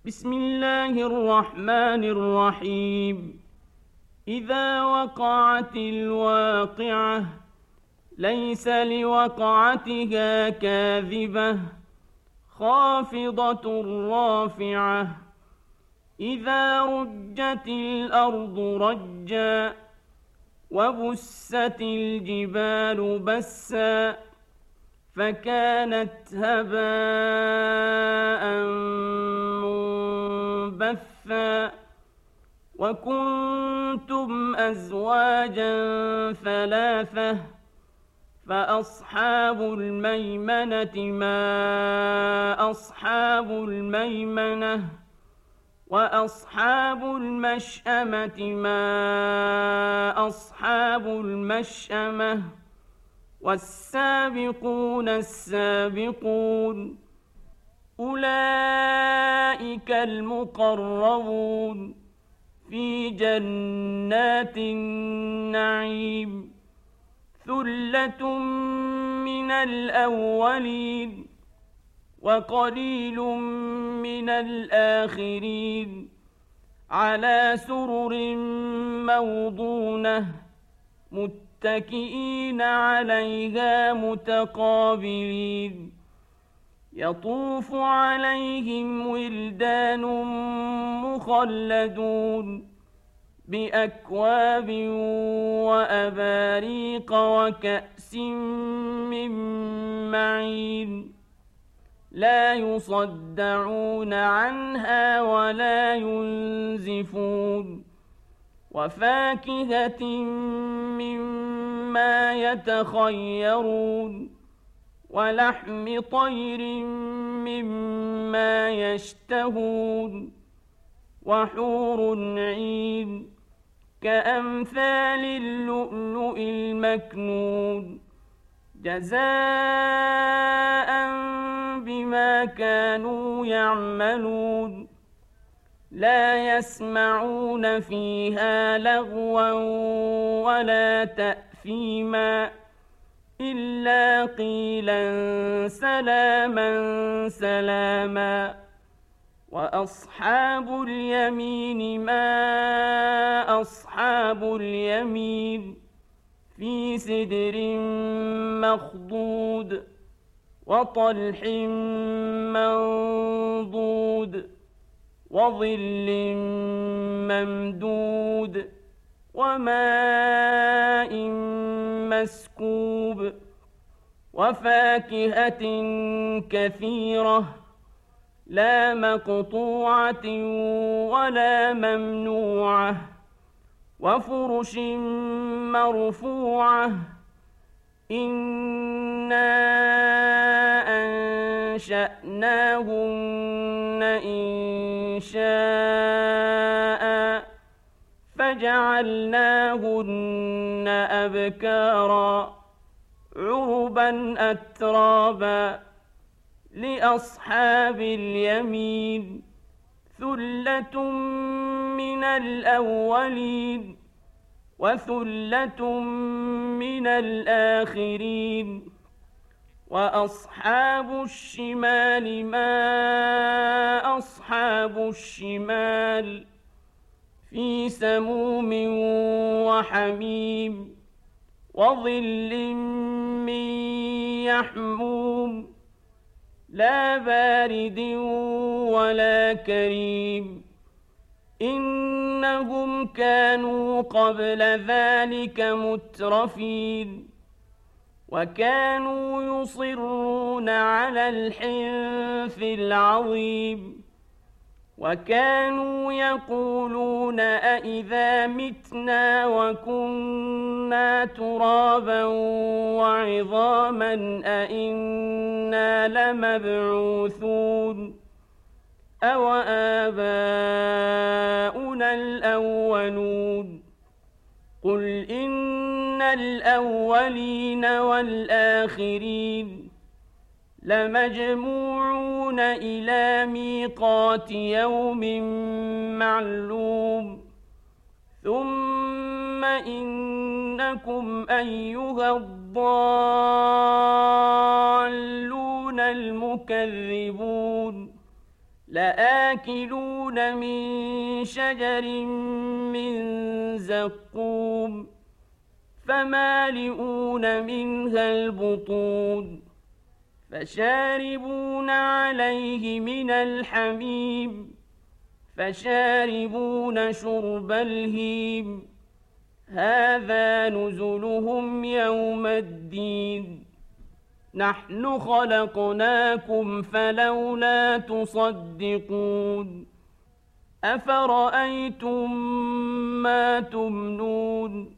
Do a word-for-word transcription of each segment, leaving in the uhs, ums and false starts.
بسم الله الرحمن الرحيم. إذا وقعت الواقعة ليس لوقعتها كاذبة خافضة رافعة. إذا رجت الأرض رجا وبست الجبال بسا فكانت هباء منبثا وكنتم أزواجا ثلاثة فأصحاب الميمنة ما أصحاب الميمنة وأصحاب المشأمة ما أصحاب المشأمة والسابقون السابقون أولئك المقربون في جنات النعيم ثلة من الأولين وقليل من الآخرين على سرر موضونة متكئين عليها متقابلين يطوف عليهم ولدان مخلدون بأكواب وأباريق وكأس من معين لا يصدعون عنها ولا ينزفون وفاكهة مما يتخيرون ولحم طير مما يشتهون وحور عين كأمثال اللؤلؤ المكنون جزاء بما كانوا يعملون لا يسمعون فيها لغوا ولا تأثيما إلا قيلا سلاما سلاما وأصحاب اليمين ما أصحاب اليمين في سدر مخضود وطلح منضود وظل ممدود وماء مسكوب وفاكهة كثيرة لا مقطوعة ولا ممنوعة وفرش مرفوعة إنا أنشأناهن إنشاء فجعلناهن أبكارا عربا أترابا لأصحاب اليمين ثلة من الأولين وثلة من الآخرين وأصحاب الشمال ما أصحاب الشمال في سموم وحميم وظل من يحموم لا بارد ولا كريم إنهم كانوا قبل ذلك مترفين وكانوا يصرون على الحنث العظيم وكانوا يقولون أإذا متنا وكنا ترابا وعظاما أإنا لمبعوثون أو آباؤنا الأولون قل إن الأولين والآخرين لمجموعون إلى ميقات يوم معلوم ثم إنكم أيها الضالون المكذبون لآكلون من شجر من زقوم فمالئون منها البطون فشاربون عليه من الحميم فشاربون شرب الهيم هذا نزلهم يوم الدين نحن خلقناكم فلولا تصدقون أفرأيتم ما تمنون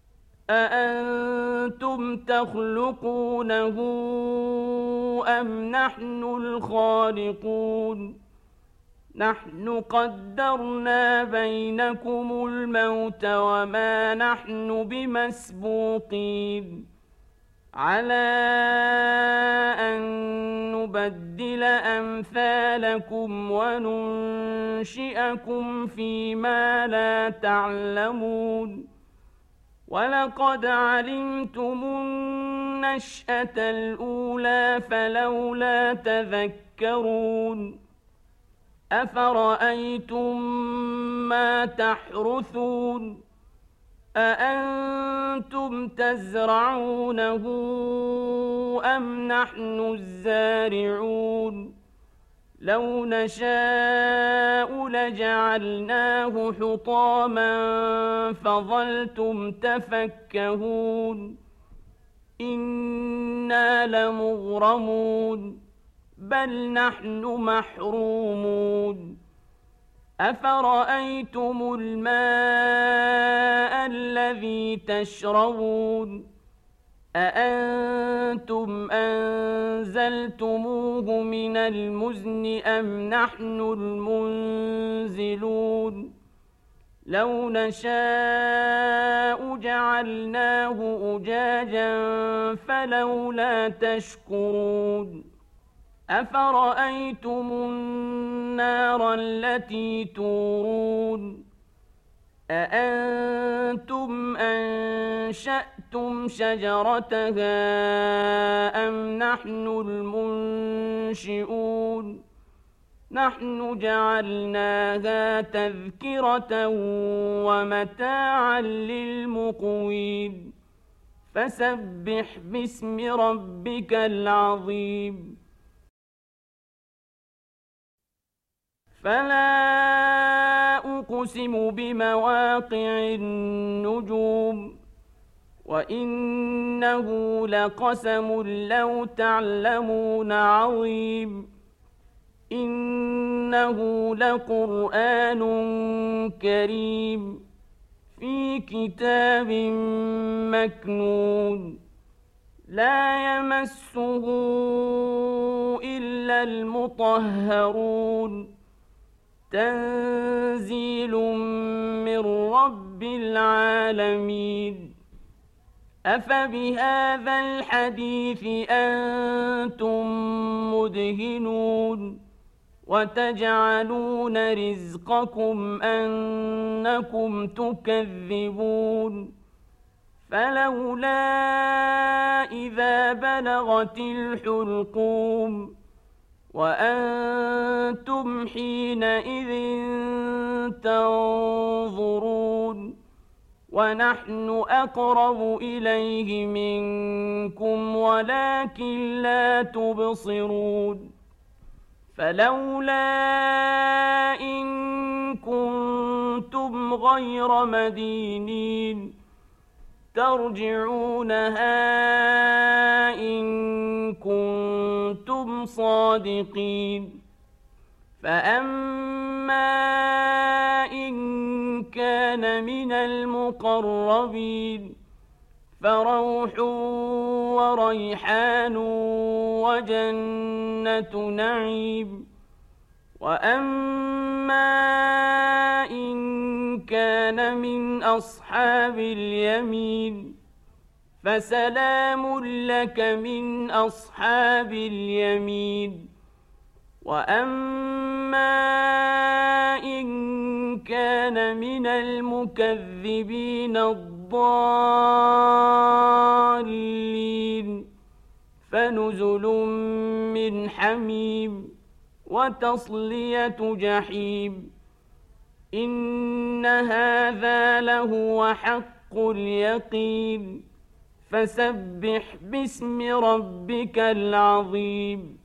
أأنتم تخلقونه أم نحن الخالقون نحن قدرنا بينكم الموت وما نحن بمسبوقين على أن نبدل أمثالكم وننشئكم فيما لا تعلمون ولقد علمتم النشأة الأولى فلولا تذكرون أفرأيتم ما تحرثون أأنتم تزرعونه أم نحن الزارعون لو نشاء لجعلناه حطاما فظلتم تفكهون إنا لمغرمون بل نحن محرومون أفرأيتم الماء الذي تشربون أأنتم أنزلتموه من المزن أم نحن المنزلون لو نشاء جعلناه أجاجا فلولا تشكرون أفرأيتم النار التي تورون أأنتم أنشأتم شجرتها أم نحن المنشئون نحن جعلناها تذكرة ومتاعا للمقوين فسبح باسم ربك العظيم فلا أقسم بمواقع النجوم وإنه لقسم لو تعلمون عظيم إنه لقرآن كريم في كتاب مكنون لا يمسه إلا المطهرون تنزيل من رب العالمين أفبهذا الحديث أنتم مدهنون وتجعلون رزقكم أنكم تكذبون فلولا إذا بلغت الحلقوم وأنتم حينئذ تنظرون ونحن أقرب إليه منكم ولكن لا تبصرون فلولا إن كنتم غير مدينين ترجعونها إن كنتم صادقين فأما إن كان من المقربين فروح وريحان وجنة نعيم وأما إن كان من أصحاب اليمين فسلام لك من أصحاب اليمين وأما إن كان من المكذبين الضالين فنزل من حميم وتصلية جحيم إن هذا لهو حق اليقين فسبح باسم ربك العظيم